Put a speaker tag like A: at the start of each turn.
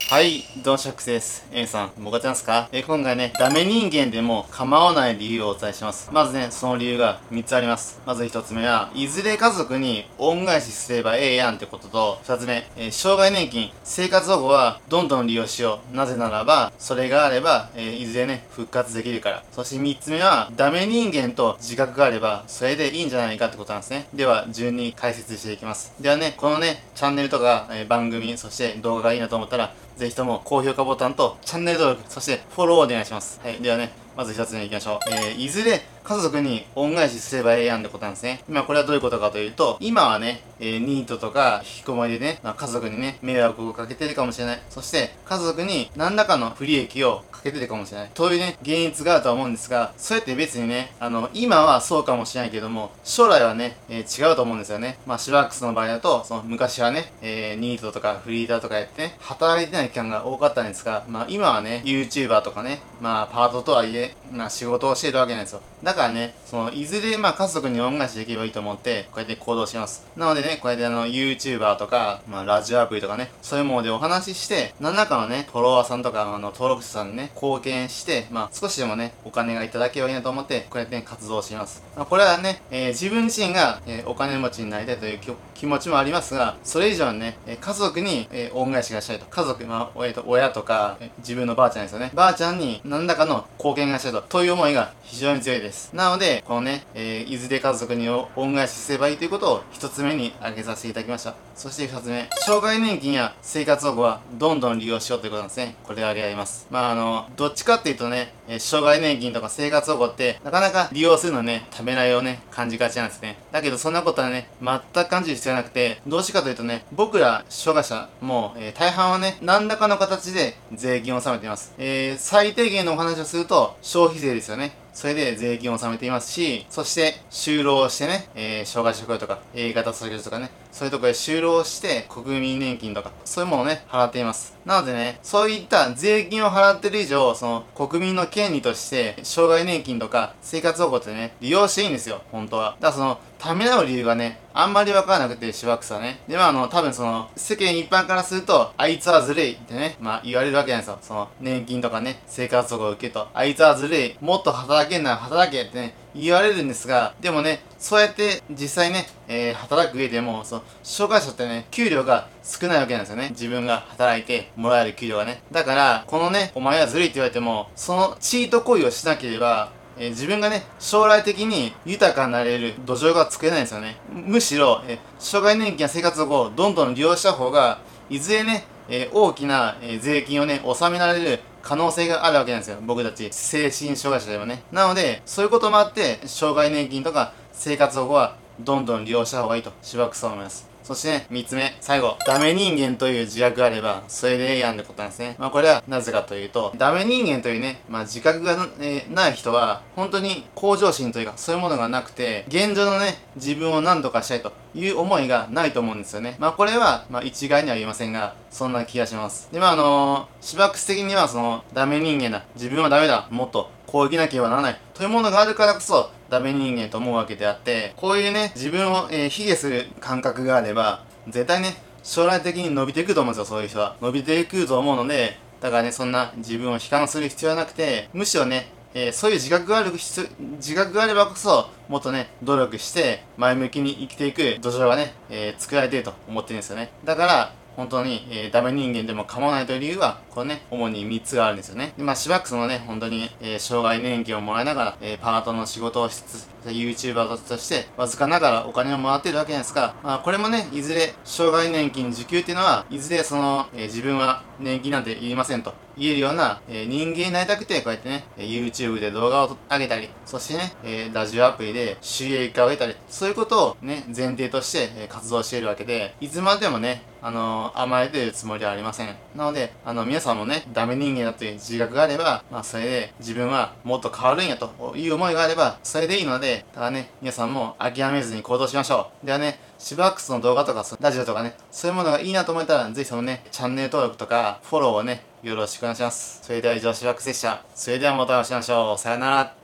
A: はい、どうもシャックスです。さん、もがちゃんすか今回ね、ダメ人間でも構わない理由をお伝えします。まずね、その理由が3つあります。まず1つ目は、いずれ家族に恩返しすればええやんってことと、2つ目、障害年金、生活保護はどんどん利用しよう。なぜならば、それがあれば、いずれね、復活できるから。そして3つ目は、ダメ人間と自覚があれば、それでいいんじゃないかってことなんですね。では、順に解説していきます。ではね、このね、チャンネルとか、番組、そして動画がいいなと思ったら、ぜひとも高評価ボタンとチャンネル登録、そしてフォローをお願いします。はい。ではね、まず一つ目いきましょう。いずれ家族に恩返しすればええやんってことなんですね。これはどういうことかというと、今はね、ニートとか引きこもりでね、家族にね、迷惑をかけてるかもしれない。そして、家族に何らかの不利益をかけてるかもしれない。というね、現実があるとは思うんですが、それって別にね、今はそうかもしれないけども、将来はね、違うと思うんですよね。シバックスの場合だと、その昔はね、ニートとかフリーターとかやってね、働いてない期間が多かったんですが、今はね、YouTuber とかね、パートとはいえ、仕事をしているわけなんですよ。だからね、いずれ家族に恩返しできればいいと思って、こうやって行動します。なのでね、こうやってYouTuber とか、ラジオアプリとかね、そういうものでお話しして、何らかのね、フォロワーさんとか、登録者さんにね、貢献して、少しでもね、お金がいただければいいなと思って、こうやってね、活動します。これはね、自分自身が、お金持ちになりたいという気持ちもありますが、それ以上にね、家族に、恩返しがしたいと。家族、親とか、自分のばあちゃんですよね。ばあちゃんに何らかの貢献がしたいという思いが非常に強いです。なので、このね、いずれ家族に恩返しすればいいということを一つ目に挙げさせていただきました。そして二つ目、障害年金や生活保護はどんどん利用しようということなんですね。これを挙げられます。どっちかっていうとね、障害年金とか生活保護ってなかなか利用するのね、ためらいをね、感じがちなんですね。だけどそんなことはね、全く感じる必要なくて、どうしてかというとね、僕ら障害者も、大半はね、何らかの形で税金を納めています。最低限のお話をすると、消費税ですよね。それで税金を納めていますし、そして就労してね、障害者雇用とか A 型措置とかね、そういうところで就労して国民年金とか、そういうものをね、払っています。なのでね、そういった税金を払ってる以上、その国民の権利として、障害年金とか生活保護ってね、利用していいんですよ、本当は。だからその、ためらう理由がね、あんまりわからなくて、しばくさね。で、多分世間一般からすると、あいつはずるいってね、言われるわけなんですよ。年金とかね、生活保護を受けると、あいつはずるい、もっと働けんなら働けってね、言われるんですが、でもね、そうやって実際ね、働く上でも、障害者ってね、給料が少ないわけなんですよね。自分が働いてもらえる給料がね。だから、このね、お前はずるいって言われても、そのチート行為をしなければ、自分がね、将来的に豊かになれる土壌が作れないんですよね。むしろ、障害年金や生活保護をどんどん利用した方が、いずれね、大きな、税金をね、納められる可能性があるわけなんですよ。僕たち、精神障害者でもね。なので、そういうこともあって、障害年金とか生活保護はどんどん利用した方がいいと、しばくそう思います。そしてね、三つ目、最後、ダメ人間という自覚があれば、それでええやんってことなんですね。これはなぜかというと、ダメ人間というね、自覚が、ない人は、本当に向上心というか、そういうものがなくて、現状のね、自分を何とかしたいという思いがないと思うんですよね。これは、一概には言いませんが、そんな気がします。で、しばく的には、ダメ人間だ。自分はダメだ。もっと、こう生きなければならない。というものがあるからこそ、ダメ人間と思うわけであって、こういうね、自分を、卑下する感覚があれば、絶対ね、将来的に伸びていくと思うんですよ、そういう人は。伸びていくと思うので、だからね、そんな自分を悲観する必要はなくて、むしろね、そういう自覚があればこそ、もっとね、努力して、前向きに生きていく土壌がね、作られていると思ってるんですよね。だから、本当に、ダメ人間でも構わないという理由は、これね、主に3つがあるんですよね。で、しばらくね、本当に、障害年金をもらいながら、パートの仕事をしつつ、YouTuber として、わずかながらお金をもらっているわけなんですが、これもね、いずれ、障害年金受給っていうのは、いずれ自分は年金なんていりませんと言えるような、人間になりたくて、こうやってね、YouTube で動画を上げたり、そしてね、ラジオアプリで収益化を得たり、そういうことをね、前提として、活動しているわけで、いつまでもね、甘えてるつもりはありません。なので、皆さんもね、ダメ人間だという自覚があれば、それで自分はもっと変わるんやという思いがあれば、それでいいので、ただね、皆さんも諦めずに行動しましょう。ではね、シバックスの動画とか、ラジオとかね、そういうものがいいなと思ったら、ぜひチャンネル登録とか、フォローをね、よろしくお願いします。それでは以上、シバックスでした。それではまたお会いしましょう。さよなら。